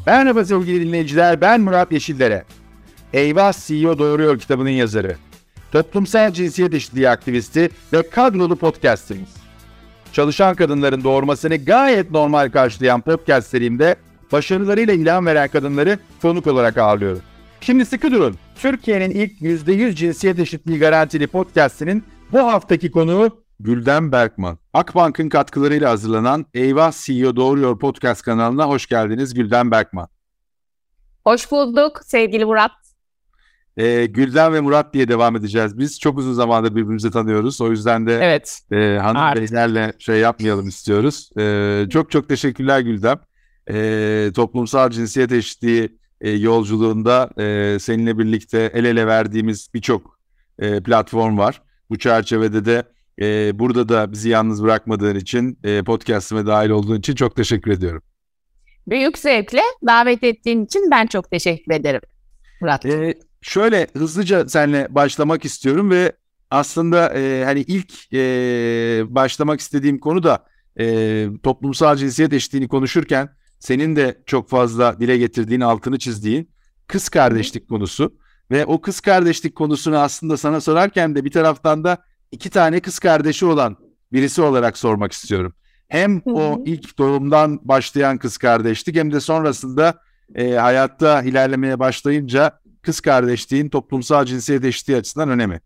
Merhaba sevgili dinleyiciler, ben Murat Yeşildere. Eyvah CEO Doğuruyor kitabının yazarı, toplumsal cinsiyet eşitliği aktivisti ve kadrolu podcasterimiz. Çalışan kadınların doğurmasını gayet normal karşılayan podcast serimde başarılarıyla ilham veren kadınları konuk olarak ağırlıyorum. Şimdi sıkı durun, Türkiye'nin ilk %100 cinsiyet eşitliği garantili podcastinin bu haftaki konuğu Gülden Berkman. Akbank'ın katkılarıyla hazırlanan Eyvah CEO Doğuruyor podcast kanalına hoş geldiniz Gülden Berkman. Hoş bulduk sevgili Murat. Gülden ve Murat diye devam edeceğiz biz. Çok uzun zamandır birbirimizi tanıyoruz. O yüzden de evet. Hanım beylerle yapmayalım istiyoruz. Çok teşekkürler Gülden. Toplumsal cinsiyet eşitliği yolculuğunda seninle birlikte el ele verdiğimiz birçok platform var. Bu çerçevede de burada da bizi yalnız bırakmadığın için, podcast'ıma dahil olduğun için çok teşekkür ediyorum. Büyük zevkle davet ettiğin için ben çok teşekkür ederim Murat. Şöyle hızlıca seninle başlamak istiyorum ve aslında hani ilk başlamak istediğim konu da toplumsal cinsiyet eşitliğini konuşurken senin de çok fazla dile getirdiğin, altını çizdiğin kız kardeşlik konusu ve o kız kardeşlik konusunu aslında sana sorarken de bir taraftan da 2 tane kız kardeşi olan birisi olarak sormak istiyorum. Hem o ilk doğumdan başlayan kız kardeşlik hem de sonrasında hayatta ilerlemeye başlayınca kız kardeşliğin toplumsal cinsiyet eşitliği açısından önemi.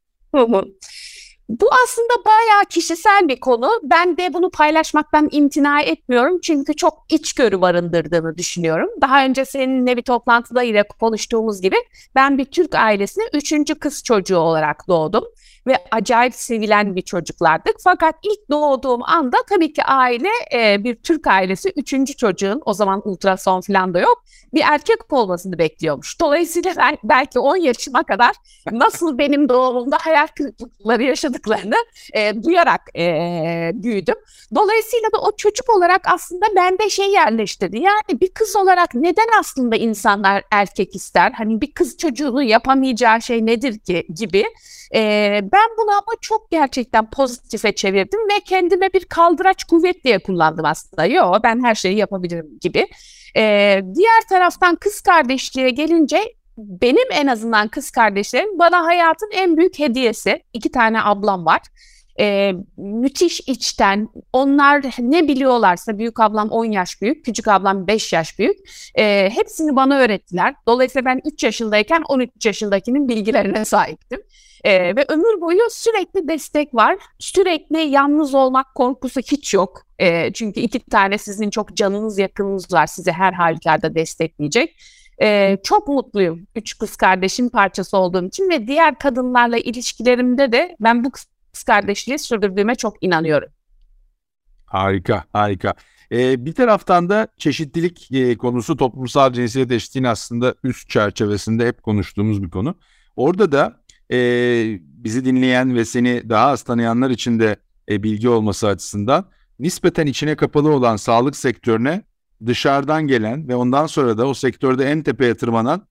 Bu aslında bayağı kişisel bir konu. Ben de bunu paylaşmaktan imtina etmiyorum. Çünkü çok içgörü barındırdığını düşünüyorum. Daha önce seninle bir toplantıda yine konuştuğumuz gibi ben bir Türk ailesine 3. kız çocuğu olarak doğdum. Ve acayip sevilen bir çocuklardık. Fakat ilk doğduğum anda tabii ki aile bir Türk ailesi 3. çocuğun, o zaman ultrason falan da yok, bir erkek olmasını bekliyormuş. Dolayısıyla ben belki 10 yaşıma kadar nasıl benim doğumumda hayal kırıklıkları yaşadıklarını duyarak büyüdüm. Dolayısıyla da o çocuk olarak aslında bende yerleştirdi. Yani bir kız olarak neden aslında insanlar erkek ister? Hani bir kız çocuğunu yapamayacağı şey nedir ki gibi. Ben bunu ama çok gerçekten pozitife çevirdim ve kendime bir kaldıraç kuvvet diye kullandım aslında. Yo, ben her şeyi yapabilirim gibi. Diğer taraftan kız kardeşliğe gelince benim en azından kız kardeşlerim bana hayatın en büyük hediyesi. 2 tane ablam var. Müthiş içten, onlar ne biliyorlarsa, büyük ablam 10 yaş büyük, küçük ablam 5 yaş büyük, hepsini bana öğrettiler. Dolayısıyla ben 3 yaşındayken 13 yaşındakinin bilgilerine sahiptim. Ve ömür boyu sürekli destek var. Sürekli yalnız olmak korkusu hiç yok. Çünkü 2 tane sizin çok canınız, yakınınız var. Sizi her halükarda destekleyecek. Çok mutluyum 3 kız kardeşin parçası olduğum için ve diğer kadınlarla ilişkilerimde de ben bu kız kardeşliği sürdürdüğüme çok inanıyorum. Harika. Bir taraftan da çeşitlilik konusu toplumsal cinsiyet eşitliğinin aslında üst çerçevesinde hep konuştuğumuz bir konu. Orada da bizi dinleyen ve seni daha az tanıyanlar için de bilgi olması açısından nispeten içine kapalı olan sağlık sektörüne dışarıdan gelen ve ondan sonra da o sektörde en tepeye tırmanan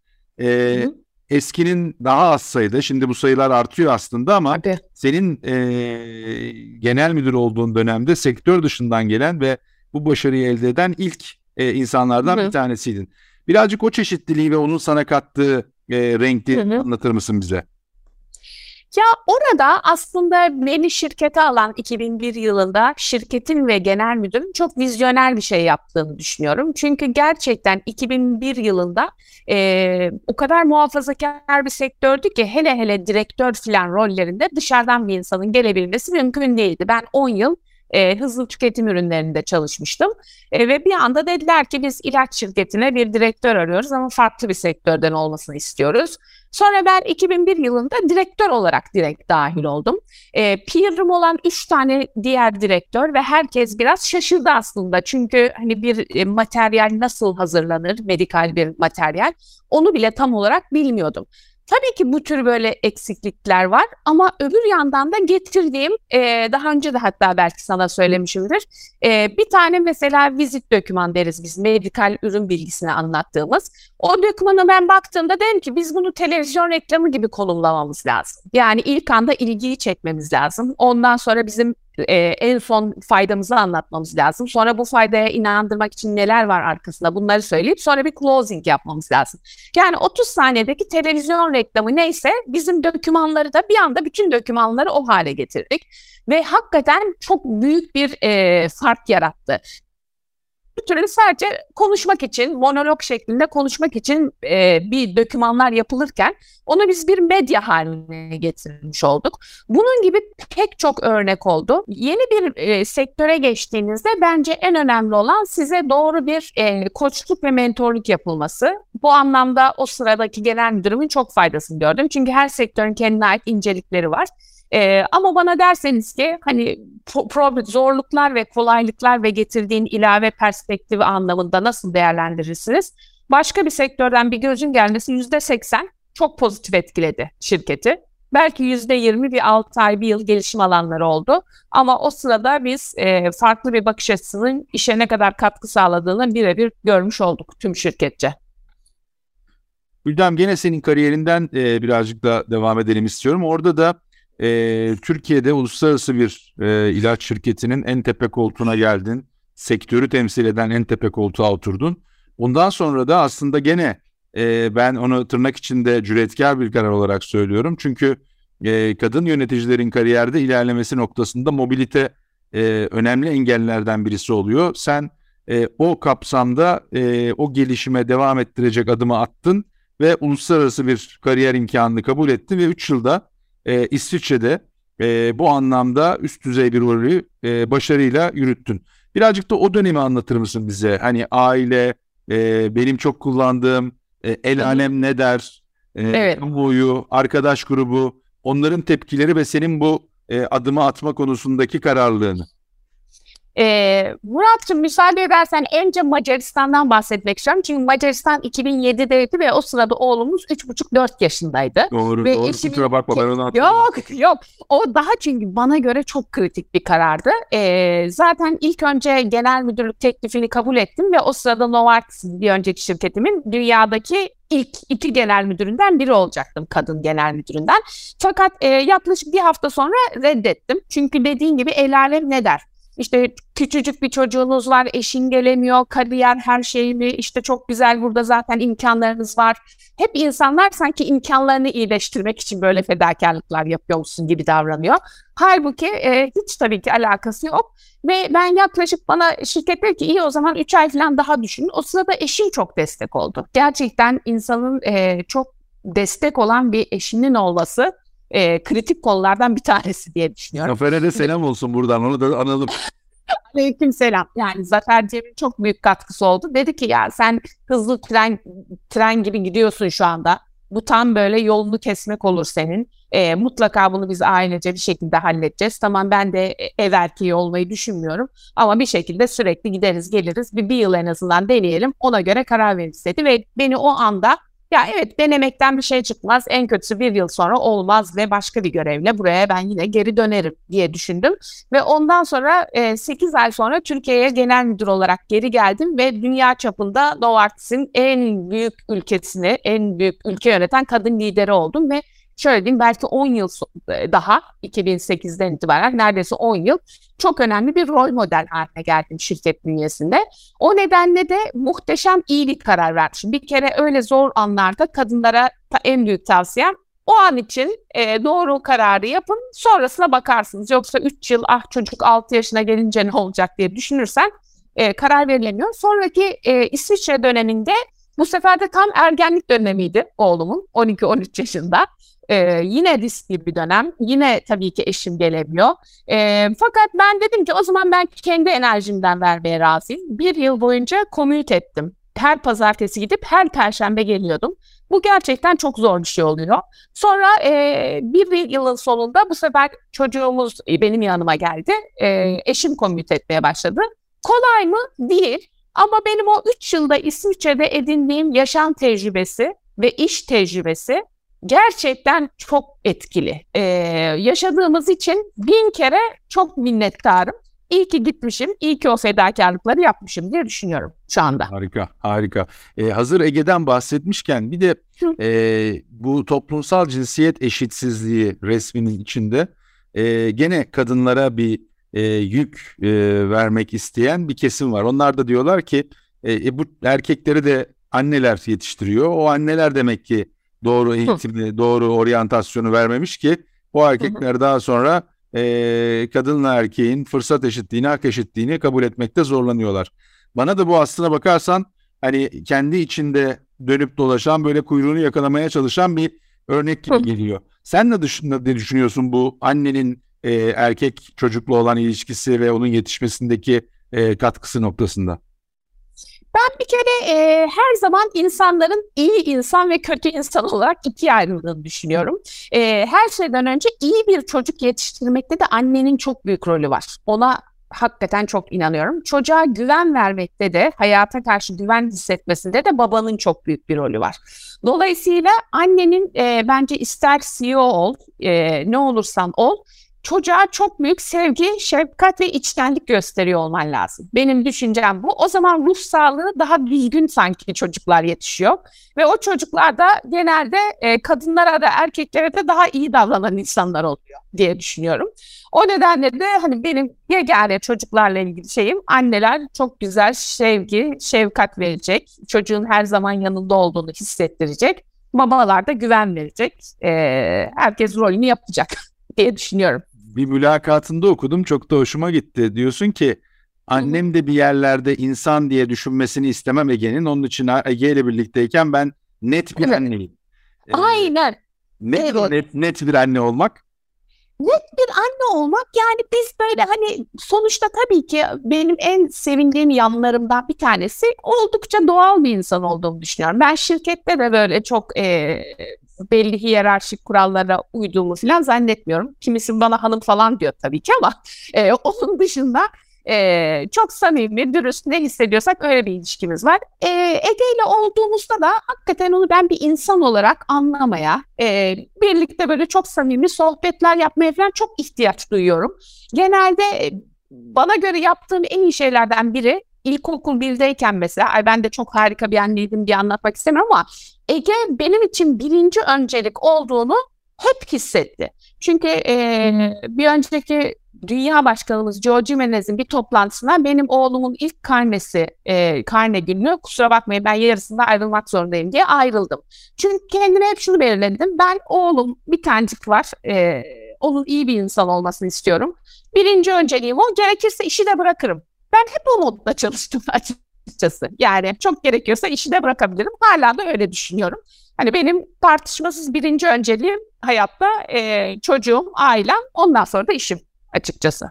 eskinin daha az sayıda, şimdi bu sayılar artıyor aslında ama senin genel müdür olduğun dönemde sektör dışından gelen ve bu başarıyı elde eden ilk insanlardan bir tanesiydin. Birazcık o çeşitliliği ve onun sana kattığı renkli anlatır mısın bize? Ya orada aslında beni şirkete alan 2001 yılında şirketin ve genel müdürün çok vizyoner bir şey yaptığını düşünüyorum. Çünkü gerçekten 2001 yılında o kadar muhafazakar bir sektördü ki hele direktör falan rollerinde dışarıdan bir insanın gelebilmesi mümkün değildi. Ben 10 yıl hızlı tüketim ürünlerinde çalışmıştım. Ve bir anda dediler ki biz ilaç şirketine bir direktör arıyoruz ama farklı bir sektörden olmasını istiyoruz. Sonra ben 2001 yılında direktör olarak direkt dahil oldum. Peer'ım olan 3 tane diğer direktör ve herkes biraz şaşırdı aslında. Çünkü hani bir materyal nasıl hazırlanır, medikal bir materyal, onu bile tam olarak bilmiyordum. Tabii ki bu tür böyle eksiklikler var ama öbür yandan da getirdiğim, daha önce de hatta belki sana söylemişimdir, bir tane mesela vizit doküman deriz biz, medikal ürün bilgisini anlattığımız. O dokümana ben baktığımda dedim ki biz bunu televizyon reklamı gibi konumlamamız lazım. Yani ilk anda ilgiyi çekmemiz lazım. Ondan sonra bizim En son faydamızı anlatmamız lazım. Sonra bu faydaya inandırmak için neler var arkasında bunları söyleyip sonra bir closing yapmamız lazım. Yani 30 saniyedeki televizyon reklamı neyse bizim dokümanları da bir anda bütün dokümanları o hale getirdik. Ve hakikaten çok büyük bir fark yarattı. Bir türlü sadece konuşmak için, monolog şeklinde konuşmak için bir dokümanlar yapılırken onu biz bir medya haline getirmiş olduk. Bunun gibi pek çok örnek oldu. Yeni bir sektöre geçtiğinizde bence en önemli olan size doğru bir koçluk ve mentorluk yapılması. Bu anlamda o sıradaki genel müdürümün çok faydasını gördüm. Çünkü her sektörün kendine ait incelikleri var. Ama bana derseniz ki hani zorluklar ve kolaylıklar ve getirdiğin ilave perspektifi anlamında nasıl değerlendirirsiniz? Başka bir sektörden bir gözün gelmesi %80 çok pozitif etkiledi şirketi. Belki %20 bir 6 ay, bir yıl gelişim alanları oldu. Ama o sırada biz farklı bir bakış açısının işe ne kadar katkı sağladığını birebir görmüş olduk tüm şirketçe. Güldem, gene senin kariyerinden birazcık da devam edelim istiyorum. Orada da Türkiye'de uluslararası bir ilaç şirketinin en tepe koltuğuna geldin. Sektörü temsil eden en tepe koltuğa oturdun. Ondan sonra da aslında gene ben onu tırnak içinde cüretkar bir karar olarak söylüyorum. Çünkü kadın yöneticilerin kariyerde ilerlemesi noktasında mobilite önemli engellerden birisi oluyor. Sen o kapsamda o gelişime devam ettirecek adımı attın ve uluslararası bir kariyer imkanını kabul ettin ve 3 yılda İsviçre'de bu anlamda üst düzey bir rolü başarıyla yürüttün. Birazcık da o dönemi anlatır mısın bize? Hani aile, benim çok kullandığım el alem ne der, Evet. kamuoyu, arkadaş grubu, onların tepkileri ve senin bu adımı atma konusundaki kararlılığını. Murat'cığım müsaade edersen önce Macaristan'dan bahsetmek istiyorum. Çünkü Macaristan 2007'deydi ve o sırada oğlumuz 3,5-4 yaşındaydı. Doğru, ve doğru. Kusura bakma, ben onu hatırlıyorum. Yok. O daha çünkü bana göre çok kritik bir karardı. Zaten ilk önce genel müdürlük teklifini kabul ettim ve o sırada Novartis'in bir önceki şirketimin dünyadaki ilk 2 genel müdüründen biri olacaktım, kadın genel müdüründen. Fakat yaklaşık bir hafta sonra reddettim. Çünkü dediğin gibi el alem ne der? İşte küçücük bir çocuğunuz var, eşin gelemiyor, kariyer her şeyini, işte çok güzel burada zaten imkanlarınız var. Hep insanlar sanki imkanlarını iyileştirmek için böyle fedakarlıklar yapıyormuşsun gibi davranıyor. Halbuki hiç tabii ki alakası yok. Ve ben yaklaşık bana şirket dedi ki iyi o zaman 3 ay falan daha düşünün. O sırada eşim çok destek oldu. Gerçekten insanın çok destek olan bir eşinin olması kritik konulardan bir tanesi diye düşünüyorum. Zafer'e de selam olsun buradan, onu da analım. Aleykümselam. Yani Zafer Cem'in çok büyük katkısı oldu. Dedi ki ya sen hızlı tren gibi gidiyorsun şu anda. Bu tam böyle yolunu kesmek olur senin. Mutlaka bunu biz ailece bir şekilde halledeceğiz. Tamam ben de ev erkeği olmayı düşünmüyorum. Ama bir şekilde sürekli gideriz geliriz. Bir yıl en azından deneyelim. Ona göre karar veririz dedi. Ve beni o anda ya evet denemekten bir şey çıkmaz. En kötüsü 1 yıl sonra olmaz ve başka bir görevle buraya ben yine geri dönerim diye düşündüm. Ve ondan sonra 8 ay sonra Türkiye'ye genel müdür olarak geri geldim ve dünya çapında Novartis'in en büyük ülkesini, en büyük ülke yöneten kadın lideri oldum ve şöyle diyeyim belki 10 yıl daha 2008'den itibaren neredeyse 10 yıl çok önemli bir rol model haline geldim şirket bünyesinde. O nedenle de muhteşem iyi bir karar vermişim. Bir kere öyle zor anlarda kadınlara en büyük tavsiyem o an için doğru kararı yapın sonrasına bakarsınız. Yoksa 3 yıl çocuk 6 yaşına gelince ne olacak diye düşünürsen karar verilemiyor. Sonraki İsviçre döneminde bu sefer de tam ergenlik dönemiydi oğlumun 12-13 yaşında. Yine riskli bir dönem. Yine tabii ki eşim gelemiyor. Fakat ben dedim ki o zaman ben kendi enerjimden vermeye razıyım. 1 yıl boyunca commute ettim. Her pazartesi gidip her perşembe geliyordum. Bu gerçekten çok zor bir şey oluyor. Sonra bir yılın sonunda bu sefer çocuğumuz benim yanıma geldi. Eşim commute etmeye başladı. Kolay mı? Değil. Ama benim o 3 yılda İsviçre'de edindiğim yaşam tecrübesi ve iş tecrübesi gerçekten çok etkili. Yaşadığımız için 1000 kere çok minnettarım. İyi ki gitmişim, iyi ki o fedakarlıkları yapmışım diye düşünüyorum şu anda. Harika. Hazır Ege'den bahsetmişken bir de bu toplumsal cinsiyet eşitsizliği resminin içinde gene kadınlara bir yük vermek isteyen bir kesim var. Onlar da diyorlar ki bu erkekleri de anneler yetiştiriyor. O anneler demek ki doğru eğitimi, doğru oryantasyonu vermemiş ki o erkekler daha sonra kadınla erkeğin fırsat eşitliğini, hak eşitliğini kabul etmekte zorlanıyorlar. Bana da bu aslına bakarsan hani kendi içinde dönüp dolaşan, böyle kuyruğunu yakalamaya çalışan bir örnek gibi geliyor. Sen ne düşünüyorsun bu annenin erkek çocukla olan ilişkisi ve onun yetişmesindeki katkısı noktasında? Ben bir kere her zaman insanların iyi insan ve kötü insan olarak ikiye ayrıldığını düşünüyorum. Her şeyden önce iyi bir çocuk yetiştirmekte de annenin çok büyük rolü var. Ona hakikaten çok inanıyorum. Çocuğa güven vermekte de, hayata karşı güven hissetmesinde de babanın çok büyük bir rolü var. Dolayısıyla annenin bence ister CEO ol, ne olursan ol, çocuğa çok büyük sevgi, şefkat ve içtenlik gösteriyor olman lazım. Benim düşüncem bu. O zaman ruh sağlığı daha düzgün sanki çocuklar yetişiyor. Ve o çocuklar da genelde kadınlara da erkeklere de daha iyi davranan insanlar oluyor diye düşünüyorum. O nedenle de hani benim yegane çocuklarla ilgili şeyim, anneler çok güzel sevgi, şefkat verecek. Çocuğun her zaman yanında olduğunu hissettirecek. Babalar da güven verecek. Herkes rolünü yapacak diye düşünüyorum. Bir mülakatında okudum, çok da hoşuma gitti. Diyorsun ki annem de bir yerlerde insan diye düşünmesini istemem Ege'nin. Onun için Ege ile birlikteyken ben net bir anneyim. Aynen. Nedir o net bir anne olmak? Net bir anne olmak, yani biz böyle hani sonuçta tabii ki benim en sevindiğim yanlarımdan bir tanesi oldukça doğal bir insan olduğumu düşünüyorum. Ben şirkette de böyle çok belli hiyerarşik kurallara uyduğumu falan zannetmiyorum. Kimisi bana hanım falan diyor tabii ki ama onun dışında çok samimi, dürüst, ne hissediyorsak öyle bir ilişkimiz var. Ege ile olduğumuzda da hakikaten onu ben bir insan olarak anlamaya, birlikte böyle çok samimi sohbetler yapmaya falan çok ihtiyaç duyuyorum. Genelde bana göre yaptığım en iyi şeylerden biri, İlkokul 1'deyken mesela, ben de çok harika bir anneydim diye anlatmak istemem ama Ege benim için birinci öncelik olduğunu hep hissetti. Çünkü bir önceki Dünya Başkanımız Joe Jimenez'in bir toplantısına benim oğlumun ilk karne günü, kusura bakmayın ben yarısında ayrılmak zorundayım diye ayrıldım. Çünkü kendime hep şunu belirledim. Ben oğlum bir tanecik var. Onun iyi bir insan olmasını istiyorum. Birinci önceliğim o. Gerekirse işi de bırakırım. Ben hep o modda çalıştım açıkçası. Yani çok gerekiyorsa işi de bırakabilirim. Hala da öyle düşünüyorum. Hani benim tartışmasız birinci önceliğim hayatta çocuğum, ailem, ondan sonra da işim açıkçası.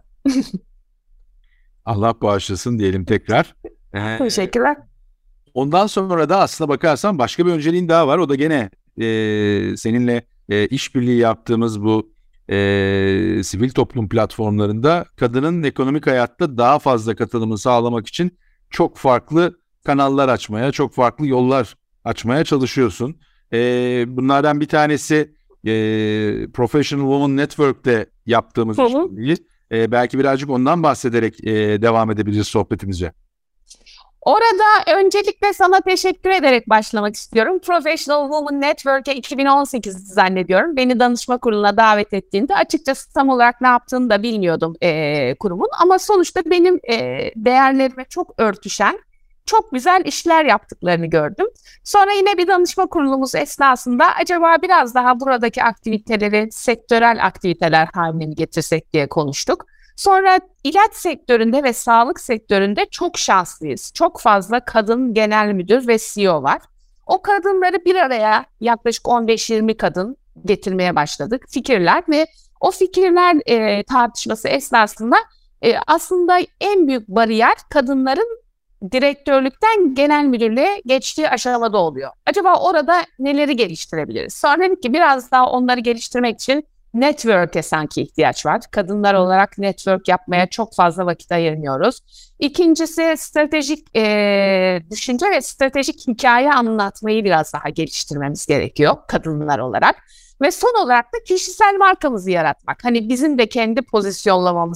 Allah bağışlasın diyelim tekrar. Teşekkürler. Ondan sonra da aslına bakarsan başka bir önceliğin daha var. O da gene seninle işbirliği yaptığımız bu sivil toplum platformlarında kadının ekonomik hayatta daha fazla katılımı sağlamak için çok farklı kanallar açmaya, çok farklı yollar açmaya çalışıyorsun. Bunlardan bir tanesi Professional Women Network'te yaptığımız işbirliği. Belki birazcık ondan bahsederek devam edebiliriz sohbetimize. Orada öncelikle sana teşekkür ederek başlamak istiyorum. Professional Women Network'e 2018 zannediyorum. Beni danışma kuruluna davet ettiğinde açıkçası tam olarak ne yaptığını da bilmiyordum kurumun. Ama sonuçta benim değerlerime çok örtüşen, çok güzel işler yaptıklarını gördüm. Sonra yine bir danışma kurulumuz esnasında acaba biraz daha buradaki aktiviteleri sektörel aktiviteler haline mi getirsek diye konuştuk. Sonra ilaç sektöründe ve sağlık sektöründe çok şanslıyız. Çok fazla kadın genel müdür ve CEO var. O kadınları bir araya yaklaşık 15-20 kadın getirmeye başladık. Fikirler ve o fikirler tartışması esnasında aslında en büyük bariyer kadınların direktörlükten genel müdürlüğe geçtiği aşamada oluyor. Acaba orada neleri geliştirebiliriz? Sonra dedik ki biraz daha onları geliştirmek için network'e sanki ihtiyaç var. Kadınlar olarak network yapmaya çok fazla vakit ayırmıyoruz. İkincisi stratejik düşünce ve stratejik hikaye anlatmayı biraz daha geliştirmemiz gerekiyor kadınlar olarak. Ve son olarak da kişisel markamızı yaratmak. Hani bizim de kendi pozisyonlamamızı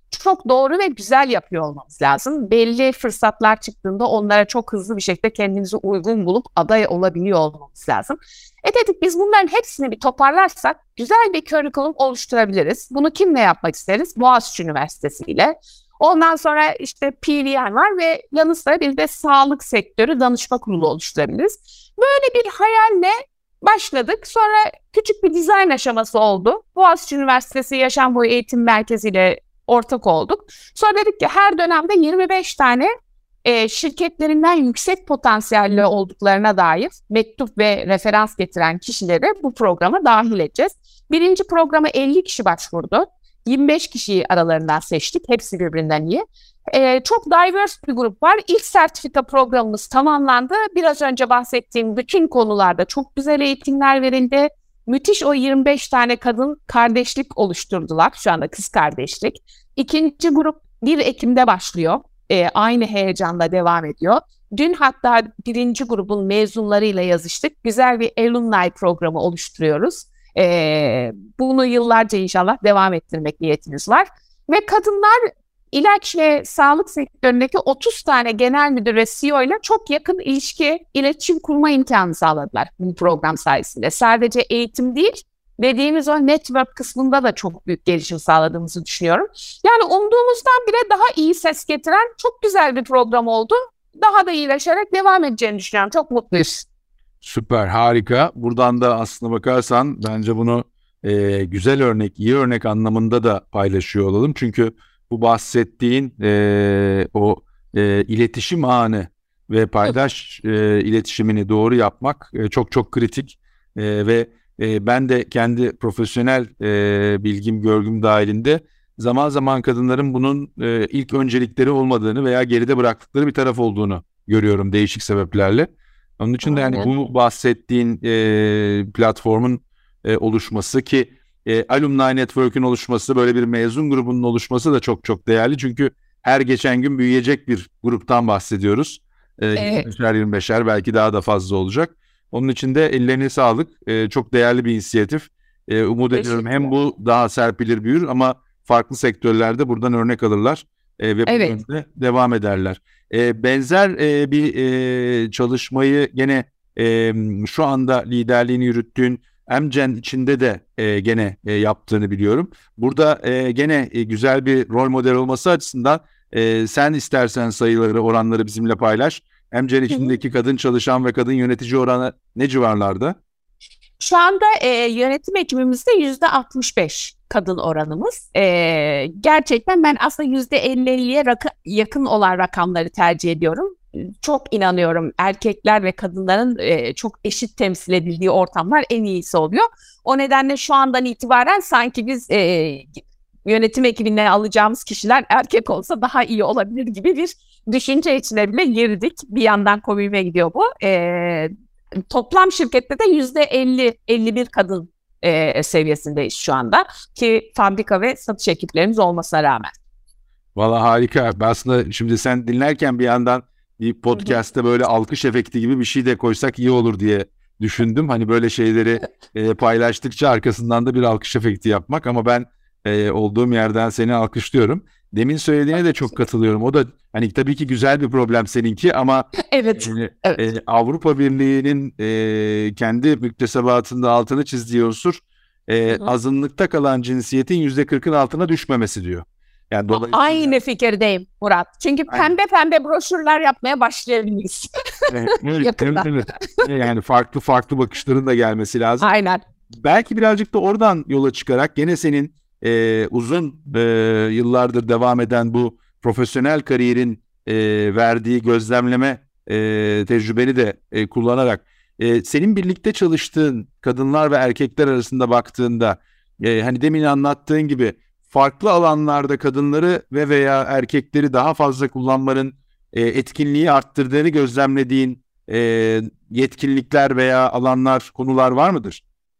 çok doğru ve güzel yapıyor olmamız lazım. Belli fırsatlar çıktığında onlara çok hızlı bir şekilde kendimizi uygun bulup aday olabiliyor olmamız lazım. Dedik biz bunların hepsini bir toparlarsak güzel bir curriculum oluşturabiliriz. Bunu kimle yapmak isteriz? Boğaziçi Üniversitesi ile. Ondan sonra işte PVN var ve yanı sıra bir de sağlık sektörü danışma kurulu oluşturabiliriz. Böyle bir hayalle başladık. Sonra küçük bir dizayn aşaması oldu. Boğaziçi Üniversitesi Yaşam Boyu Eğitim Merkezi ile ortak olduk. Sonra dedik ki her dönemde 25 tane şirketlerinden yüksek potansiyelli olduklarına dair mektup ve referans getiren kişileri bu programa dahil edeceğiz. Birinci programa 50 kişi başvurdu. 25 kişiyi aralarından seçtik. Hepsi birbirinden iyi. Çok diverse bir grup var. İlk sertifika programımız tamamlandı. Biraz önce bahsettiğim bütün konularda çok güzel eğitimler verildi. Müthiş o 25 tane kadın kardeşlik oluşturdular. Şu anda kız kardeşlik. İkinci grup 1 Ekim'de başlıyor. Aynı heyecanla devam ediyor. Dün hatta birinci grubun mezunlarıyla yazıştık. Güzel bir alumni programı oluşturuyoruz. Bunu yıllarca inşallah devam ettirmek niyetimiz var. Ve kadınlar ilaç ve sağlık sektöründeki 30 tane genel müdür ve CEO ile çok yakın iletişim kurma imkanı sağladılar bu program sayesinde. Sadece eğitim değil, dediğimiz o network kısmında da çok büyük gelişim sağladığımızı düşünüyorum. Yani umduğumuzdan bile daha iyi ses getiren çok güzel bir program oldu. Daha da iyileşerek devam edeceğini düşünüyorum. Çok mutluyuz. Süper, harika. Buradan da aslına bakarsan bence bunu güzel örnek, iyi örnek anlamında da paylaşıyor olalım. Çünkü bu bahsettiğin iletişim ağını ve paydaş iletişimini doğru yapmak çok çok kritik. Ve ben de kendi profesyonel bilgim, görgüm dahilinde zaman zaman kadınların bunun ilk öncelikleri olmadığını veya geride bıraktıkları bir taraf olduğunu görüyorum değişik sebeplerle. Onun için de yani bu bahsettiğin platformun oluşması ki Alumni Network'ün oluşması, böyle bir mezun grubunun oluşması da çok çok değerli. Çünkü her geçen gün büyüyecek bir gruptan bahsediyoruz. 25'er belki daha da fazla olacak. Onun için de ellerine sağlık. Çok değerli bir inisiyatif. Umut ediyorum hem bu daha serpilir büyür ama farklı sektörlerde buradan örnek alırlar ve bu yönde devam ederler. Benzer bir çalışmayı gene şu anda liderliğini yürüttüğün Amgen içinde de gene yaptığını biliyorum. Burada gene güzel bir rol model olması açısından sen istersen sayıları, oranları bizimle paylaş. Amgen içindeki kadın çalışan ve kadın yönetici oranı ne civarlarda? Şu anda yönetim ekibimizde %65 kadın oranımız. Gerçekten ben aslında %50'ye yakın olan rakamları tercih ediyorum. Çok inanıyorum erkekler ve kadınların çok eşit temsil edildiği ortamlar en iyisi oluyor. O nedenle şu andan itibaren sanki biz yönetim ekibine alacağımız kişiler erkek olsa daha iyi olabilir gibi bir düşünce içine bile girdik. Bir yandan komiğime gidiyor bu. Toplam şirkette de %50-51 kadın seviyesindeyiz şu anda ki fabrika ve satış ekiplerimiz olmasına rağmen. Vallahi harika. Ben aslında şimdi sen dinlerken bir yandan bir podcast'te böyle alkış efekti gibi bir şey de koysak iyi olur diye düşündüm. Hani böyle şeyleri paylaştıkça arkasından da bir alkış efekti yapmak ama ben olduğum yerden seni alkışlıyorum. Demin söylediğine de çok katılıyorum. O da hani tabii ki güzel bir problem seninki ama evet. Avrupa Birliği'nin kendi müktesebatında altını çizdiği unsur azınlıkta kalan cinsiyetin %40'ın altına düşmemesi diyor. Yani dolayısıyla... Aynı fikirdeyim Murat. Çünkü pembe broşürler yapmaya başlayabiliriz. Evet. Yani farklı bakışların da gelmesi lazım. Aynen. Belki birazcık da oradan yola çıkarak gene senin uzun yıllardır devam eden bu profesyonel kariyerin verdiği gözlemleme tecrübeni de kullanarak senin birlikte çalıştığın kadınlar ve erkekler arasında baktığında hani demin anlattığın gibi farklı alanlarda kadınları ve veya erkekleri daha fazla kullanmanın etkinliği arttırdığını gözlemlediğin yetkinlikler veya alanlar, konular var mıdır?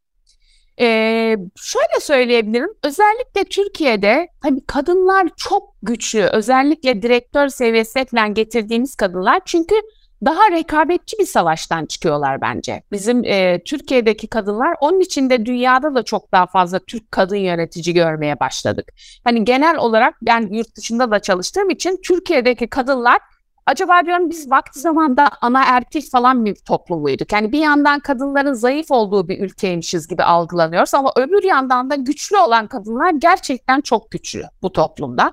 Şöyle söyleyebilirim. Özellikle Türkiye'de tabii kadınlar çok güçlü. Özellikle direktör seviyesine falan getirdiğimiz kadınlar. Çünkü daha rekabetçi bir savaştan çıkıyorlar bence. Bizim Türkiye'deki kadınlar, onun için de dünyada da çok daha fazla Türk kadın yönetici görmeye başladık. Hani genel olarak ben yurt dışında da çalıştığım için Türkiye'deki kadınlar, acaba diyorum biz vakti zamanda anaerkil falan bir toplum muyduk? Yani bir yandan kadınların zayıf olduğu bir ülkeymişiz gibi algılanıyoruz ama öbür yandan da güçlü olan kadınlar gerçekten çok güçlü bu toplumda.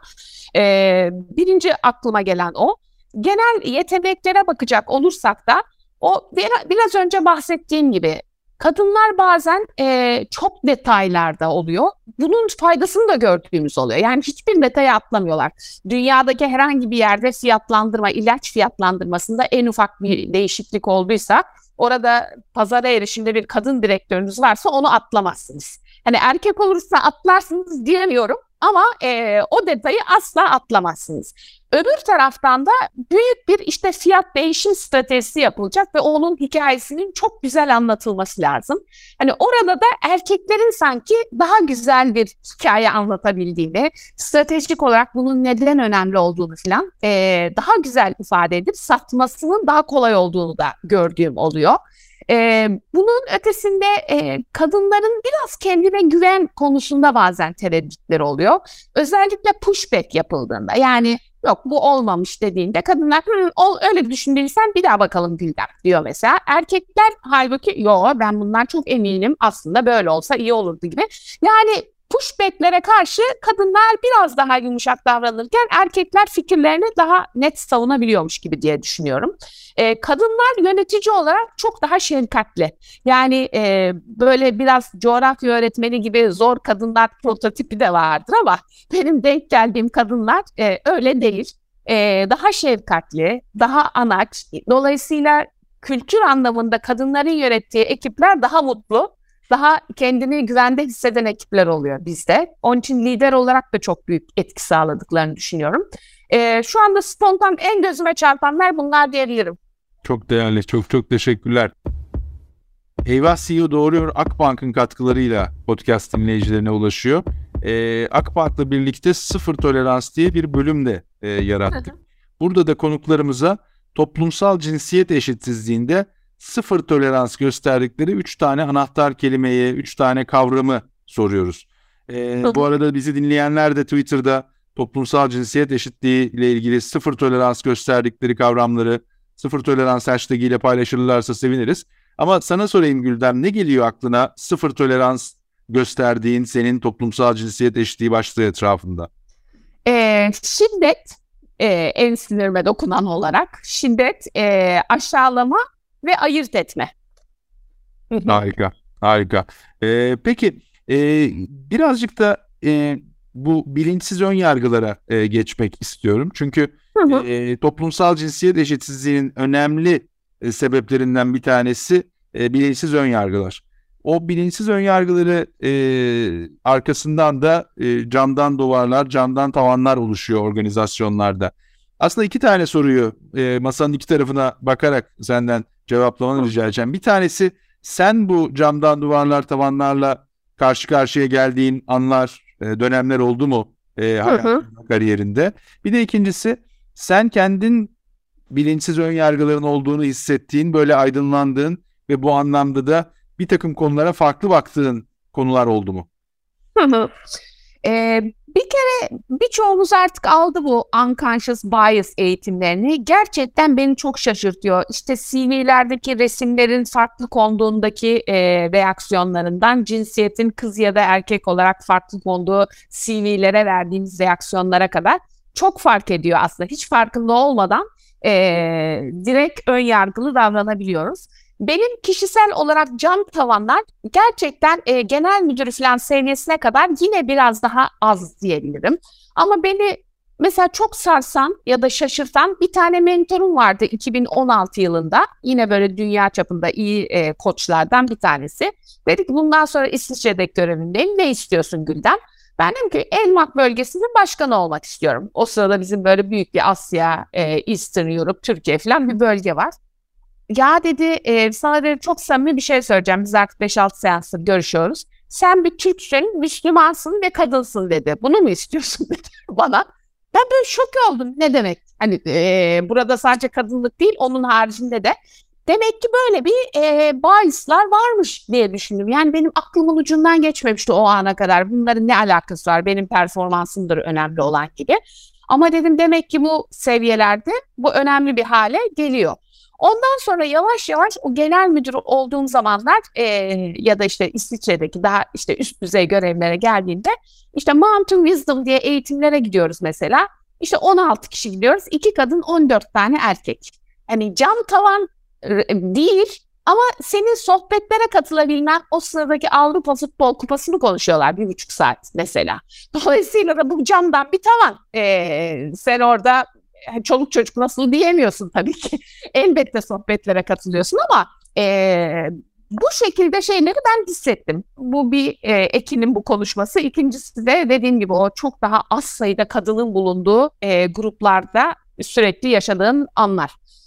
Birinci aklıma gelen o. Genel yeteneklere bakacak olursak da o biraz önce bahsettiğim gibi kadınlar bazen çok detaylarda oluyor. Bunun faydasını da gördüğümüz oluyor. Yani hiçbir detaya atlamıyorlar. Dünyadaki herhangi bir yerde fiyatlandırma, ilaç fiyatlandırmasında en ufak bir değişiklik olduysa, orada pazara erişimde bir kadın direktörünüz varsa onu atlamazsınız. Hani erkek olursa atlarsınız diyemiyorum ama o detayı asla atlamazsınız. Öbür taraftan da büyük bir işte fiyat değişim stratejisi yapılacak ve onun hikayesinin çok güzel anlatılması lazım. Hani orada da erkeklerin sanki daha güzel bir hikaye anlatabildiğini, stratejik olarak bunun neden önemli olduğunu falan daha güzel ifade edip satmasının daha kolay olduğunu da gördüğüm oluyor. Bunun ötesinde kadınların biraz kendine güven konusunda bazen tereddütleri oluyor. Özellikle pushback yapıldığında, yani yok bu olmamış dediğinde kadınlar öyle düşündüysen bir daha bakalım Gülden diyor mesela. Erkekler halbuki yo ben bundan çok eminim, aslında böyle olsa iyi olurdu gibi. Yani pushbacklere karşı kadınlar biraz daha yumuşak davranırken erkekler fikirlerini daha net savunabiliyormuş gibi diye düşünüyorum. Kadınlar yönetici olarak çok daha şefkatli. Yani böyle biraz coğrafya öğretmeni gibi zor kadınlar prototipi de vardır ama benim denk geldiğim kadınlar öyle değil. Daha şefkatli, daha anaç. Dolayısıyla kültür anlamında kadınların yönettiği ekipler daha mutlu, daha kendini güvende hisseden ekipler oluyor bizde. Onun için lider olarak da çok büyük etki sağladıklarını düşünüyorum. Şu anda spontan en gözüme çarpanlar bunlar diyebilirim. Çok değerli, çok çok teşekkürler. Eyvah CEO Doğruyor Akbank'ın katkılarıyla podcast dinleyicilerine ulaşıyor. Akbank'la birlikte sıfır tolerans diye bir bölüm de yarattık. Burada da konuklarımıza toplumsal cinsiyet eşitsizliğinde sıfır tolerans gösterdikleri 3 tane anahtar kelimeyi, 3 tane kavramı soruyoruz. Bu arada bizi dinleyenler de Twitter'da toplumsal cinsiyet eşitliği ile ilgili sıfır tolerans gösterdikleri kavramları sıfır tolerans hashtag ile paylaşırlarsa seviniriz. Ama sana sorayım Güldem, ne geliyor aklına sıfır tolerans gösterdiğin senin toplumsal cinsiyet eşitliği başlığı etrafında? Şiddet, en sinirime dokunan olarak şiddet, aşağılama ve ayırt etme. Harika, harika. Peki birazcık da bu bilinçsiz ön yargılara geçmek istiyorum. Çünkü toplumsal cinsiyet eşitsizliğinin önemli sebeplerinden bir tanesi bilinçsiz ön yargılar. O bilinçsiz ön yargıları arkasından da camdan duvarlar, camdan tavanlar oluşuyor organizasyonlarda. Aslında 2 tane soruyu masanın 2 tarafına bakarak senden cevaplamanı rica edeceğim. Bir tanesi, sen bu camdan duvarlar, tavanlarla karşı karşıya geldiğin anlar, dönemler oldu mu kariyerinde? Bir de ikincisi, sen kendin bilinçsiz ön yargıların olduğunu hissettiğin, böyle aydınlandığın ve bu anlamda da bir takım konulara farklı baktığın konular oldu mu? Bir kere birçoğumuz artık aldı bu unconscious bias eğitimlerini. Gerçekten beni çok şaşırtıyor. İşte CV'lerdeki resimlerin farklı konduğundaki reaksiyonlarından cinsiyetin kız ya da erkek olarak farklı konduğu CV'lere verdiğimiz reaksiyonlara kadar çok fark ediyor aslında. Hiç farkında olmadan direkt ön yargılı davranabiliyoruz. Benim kişisel olarak cam tavanlar gerçekten genel müdür falan seviyesine kadar yine biraz daha az diyebilirim. Ama beni mesela çok sarsan ya da şaşırtan bir tane mentorum vardı 2016 yılında. Yine böyle dünya çapında iyi koçlardan bir tanesi. Dedi ki bundan sonra İsviçre'deki görevindeyim. Ne istiyorsun Gülden? Ben dedim ki Elmak bölgesinin başkanı olmak istiyorum. O sırada bizim böyle büyük bir Asya, Eastern Europe, Türkiye falan bir bölge var. Ya dedi sana dedi, çok samimi bir şey söyleyeceğim. Biz artık 5-6 seansdır görüşüyoruz. Sen bir Türksün, Müslümansın ve kadınsın dedi. Bunu mu istiyorsun dedi bana. Ben böyle şok oldum. Ne demek? Hani burada sadece kadınlık değil, onun haricinde de. Demek ki böyle bir bahisler varmış diye düşündüm. Yani benim aklımın ucundan geçmemişti o ana kadar. Bunların ne alakası var? Benim performansımdır önemli olan gibi. Ama dedim demek ki bu seviyelerde bu önemli bir hale geliyor. Ondan sonra yavaş yavaş o genel müdür olduğum zamanlar ya da işte İsviçre'deki daha işte üst düzey görevlere geldiğimde işte Mountain Wisdom diye eğitimlere gidiyoruz mesela. İşte 16 kişi gidiyoruz. 2 kadın 14 tane erkek. Hani cam tavan değil ama senin sohbetlere katılabilmen, o sıradaki Avrupa Futbol Kupası'nı konuşuyorlar 1,5 saat mesela. Dolayısıyla da bu camdan bir tavan. Sen orada çoluk çocuk nasıl diyemiyorsun tabii ki. Elbette sohbetlere katılıyorsun ama bu şekilde şeyleri ben hissettim. Bu bir Ekin'in bu konuşması. İkincisi de dediğim gibi o çok daha az sayıda kadının bulunduğu gruplarda sürekli yaşadığın anlar.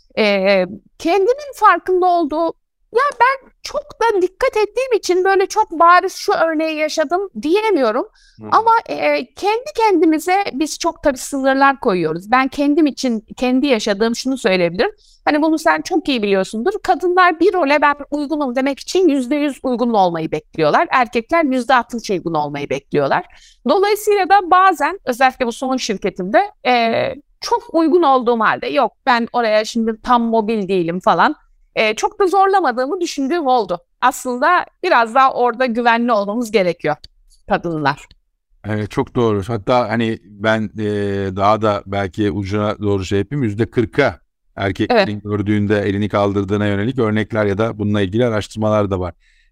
Kendimin farkında olduğu, ya ben çok da dikkat ettiğim için böyle çok bariz şu örneği yaşadım diyemiyorum. Ama kendi kendimize biz çok tabii sınırlar koyuyoruz. Ben kendim için kendi yaşadığım şunu söyleyebilirim. Hani bunu sen çok iyi biliyorsundur. Kadınlar bir role ben uygunum demek için %100 uygun olmayı bekliyorlar. Erkekler %60 uygun olmayı bekliyorlar. Dolayısıyla da bazen özellikle bu son şirketimde çok uygun olduğum halde yok ben oraya şimdi tam mobil değilim falan. Çok da zorlamadığımı düşündüğüm oldu. Aslında biraz daha orada güvenli olmamız gerekiyor kadınlar. Evet, çok doğru. Hatta hani ben daha da belki ucuna doğru şey yapayım. %40'a erkeklerin gördüğünde elini kaldırdığına yönelik örnekler ya da bununla ilgili araştırmalar da var.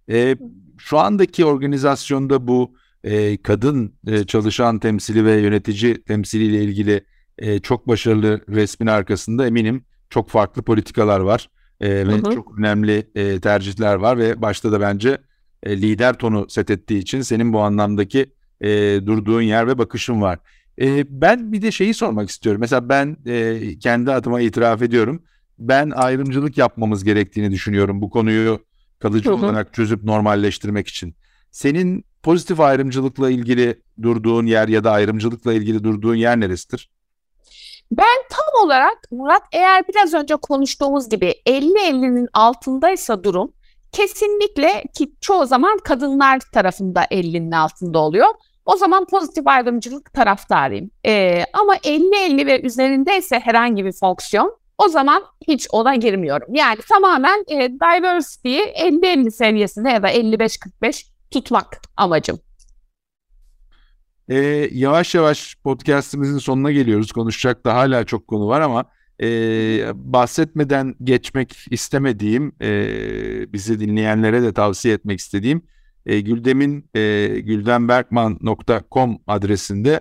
Şu andaki organizasyonda bu kadın çalışan temsili ve yönetici temsiliyle ilgili çok başarılı resmin arkasında eminim çok farklı politikalar var. Ve çok önemli tercihler var ve başta da bence lider tonu set ettiği için senin bu anlamdaki durduğun yer ve bakışın var. Ben bir de şeyi sormak istiyorum. Mesela ben kendi adıma itiraf ediyorum. Ben ayrımcılık yapmamız gerektiğini düşünüyorum bu konuyu kalıcı olarak çözüp normalleştirmek için. Senin pozitif ayrımcılıkla ilgili durduğun yer ya da ayrımcılıkla ilgili durduğun yer neresidir? Ben tam olarak Murat, eğer biraz önce konuştuğumuz gibi 50-50'nin altındaysa durum, kesinlikle ki çoğu zaman kadınlar tarafında 50'nin altında oluyor. O zaman pozitif ayrımcılık taraftarıyım. Ama 50-50 ve üzerindeyse herhangi bir fonksiyon, o zaman hiç ona girmiyorum. Yani tamamen diversity'yi 50-50 seviyesinde ya da 55-45 tutmak amacım. Yavaş yavaş podcast'imizin sonuna geliyoruz. Konuşacak da hala çok konu var ama bahsetmeden geçmek istemediğim, bizi dinleyenlere de tavsiye etmek istediğim Güldem'in güldemberkman.com adresinde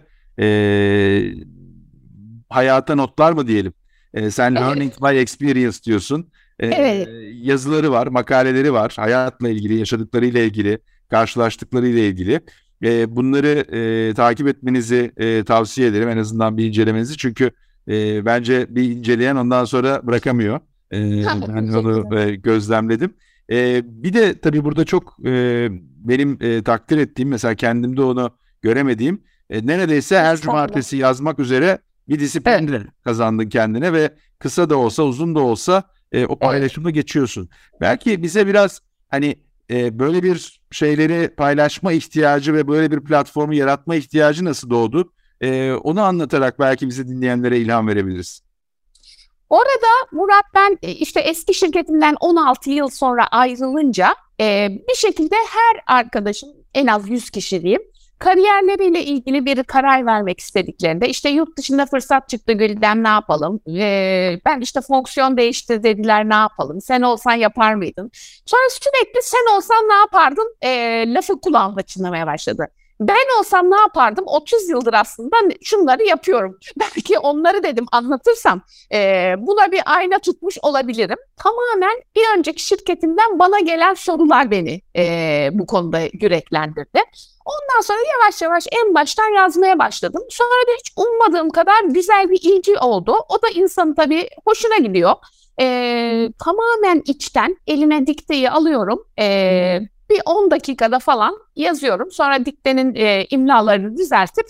hayata notlar mı diyelim? Sen Learning by Experience diyorsun. Evet. Yazıları var, makaleleri var. Hayatla ilgili, yaşadıklarıyla ilgili, karşılaştıklarıyla ilgili. Bunları takip etmenizi tavsiye ederim. En azından bir incelemenizi. Çünkü bence bir inceleyen ondan sonra bırakamıyor. Ben onu gözlemledim. Bir de tabii burada çok benim takdir ettiğim, mesela kendimde onu göremediğim, neredeyse her cumartesi yazmak üzere bir disiplin kazandın kendine ve kısa da olsa uzun da olsa o paylaşımda geçiyorsun. Belki bize biraz hani böyle bir şeyleri paylaşma ihtiyacı ve böyle bir platformu yaratma ihtiyacı nasıl doğdu? Onu anlatarak belki bizi dinleyenlere ilham verebiliriz. Orada Murat, ben işte eski şirketimden 16 yıl sonra ayrılınca bir şekilde her arkadaşım, en az 100 kişi diyeyim, kariyerleriyle ilgili bir karar vermek istediklerinde işte yurt dışında fırsat çıktı Güldem, ne yapalım? Ben işte fonksiyon değişti dediler, ne yapalım? Sen olsan yapar mıydın? Sonra sürekli sen olsan ne yapardın? Lafı kulağımda çınlamaya başladı. Ben olsam ne yapardım? 30 yıldır aslında şunları yapıyorum. Belki onları dedim anlatırsam buna bir ayna tutmuş olabilirim. Tamamen bir önceki şirketimden bana gelen sorular beni bu konuda yüreklendirdi. Ondan sonra yavaş yavaş en baştan yazmaya başladım. Sonra da hiç ummadığım kadar güzel bir ilgi oldu. O da insanın tabii hoşuna gidiyor. Tamamen içten elime dikteyi alıyorum. Bir 10 dakikada falan yazıyorum. Sonra diktenin imlalarını düzeltip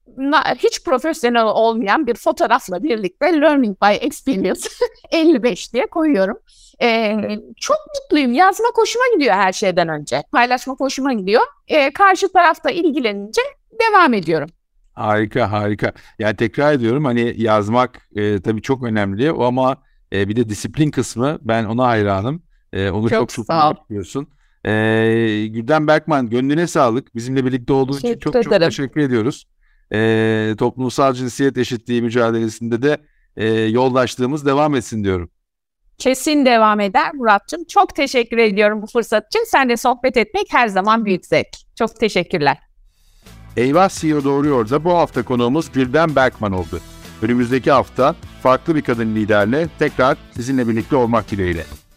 hiç profesyonel olmayan bir fotoğrafla birlikte Learning by Experience 55 diye koyuyorum. Çok mutluyum. Yazmak hoşuma gidiyor her şeyden önce. Paylaşmak hoşuma gidiyor. Karşı tarafta ilgilenince devam ediyorum. Harika, harika. Yani tekrar ediyorum, hani yazmak tabii çok önemli ama bir de disiplin kısmı, ben ona hayranım. Onu Çok çok sağ ol. yapıyorsun. Gülden Berkman, gönlüne sağlık. Bizimle birlikte olduğun için Teşekkür çok çok ederim. teşekkür ediyoruz. Toplumsal cinsiyet eşitliği mücadelesinde de yoldaşlığımız devam etsin diyorum. Kesin devam eder Murat'cığım. Çok teşekkür ediyorum bu fırsat için. Seninle sohbet etmek her zaman büyük zevk. Çok teşekkürler. Eyvah CEO Doğruyor da bu hafta konuğumuz Gülden Berkman oldu. Önümüzdeki hafta farklı bir kadın liderle tekrar sizinle birlikte olmak dileğiyle.